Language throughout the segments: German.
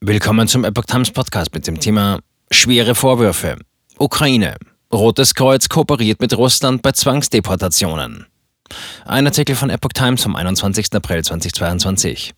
Willkommen zum Epoch Times Podcast mit dem Thema Schwere Vorwürfe. Ukraine. Rotes Kreuz kooperiert mit Russland bei Zwangsdeportationen. Ein Artikel von Epoch Times vom 21. April 2022.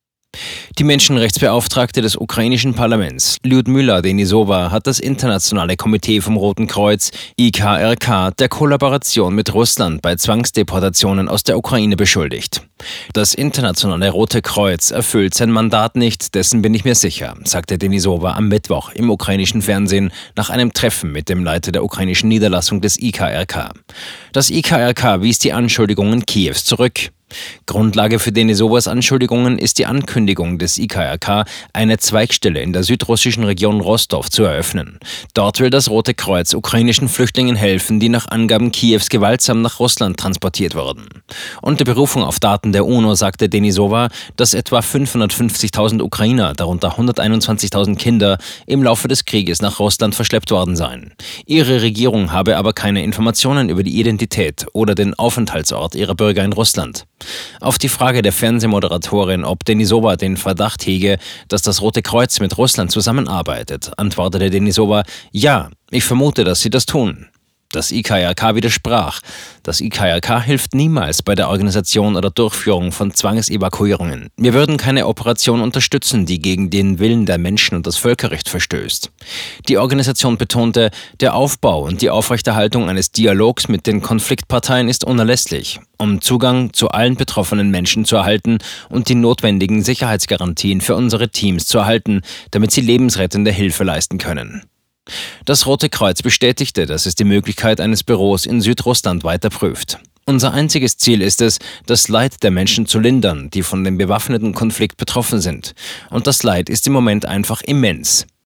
Die Menschenrechtsbeauftragte des ukrainischen Parlaments, Lyudmyla Denisova, hat das internationale Komitee vom Roten Kreuz, IKRK, der Kollaboration mit Russland bei Zwangsdeportationen aus der Ukraine beschuldigt. Das internationale Rote Kreuz erfüllt sein Mandat nicht, dessen bin ich mir sicher, sagte Denisova am Mittwoch im ukrainischen Fernsehen nach einem Treffen mit dem Leiter der ukrainischen Niederlassung des IKRK. Das IKRK wies die Anschuldigungen Kiews zurück. Grundlage für Denisovas Anschuldigungen ist die Ankündigung des IKRK, eine Zweigstelle in der südrussischen Region Rostov zu eröffnen. Dort will das Rote Kreuz ukrainischen Flüchtlingen helfen, die nach Angaben Kiews gewaltsam nach Russland transportiert wurden. Unter Berufung auf Daten der UNO sagte Denisova, dass etwa 550.000 Ukrainer, darunter 121.000 Kinder, im Laufe des Krieges nach Russland verschleppt worden seien. Ihre Regierung habe aber keine Informationen über die Identität oder den Aufenthaltsort ihrer Bürger in Russland. Auf die Frage der Fernsehmoderatorin, ob Denisova den Verdacht hege, dass das Rote Kreuz mit Russland zusammenarbeitet, antwortete Denisova: Ja, ich vermute, dass sie das tun. Das IKRK widersprach. Das IKRK hilft niemals bei der Organisation oder Durchführung von Zwangsevakuierungen. Wir würden keine Operation unterstützen, die gegen den Willen der Menschen und das Völkerrecht verstößt. Die Organisation betonte, der Aufbau und die Aufrechterhaltung eines Dialogs mit den Konfliktparteien ist unerlässlich, um Zugang zu allen betroffenen Menschen zu erhalten und die notwendigen Sicherheitsgarantien für unsere Teams zu erhalten, damit sie lebensrettende Hilfe leisten können. Das Rote Kreuz bestätigte, dass es die Möglichkeit eines Büros in Südrussland weiter prüft. Unser einziges Ziel ist es, das Leid der Menschen zu lindern, die von dem bewaffneten Konflikt betroffen sind. Und das Leid ist im Moment einfach immens.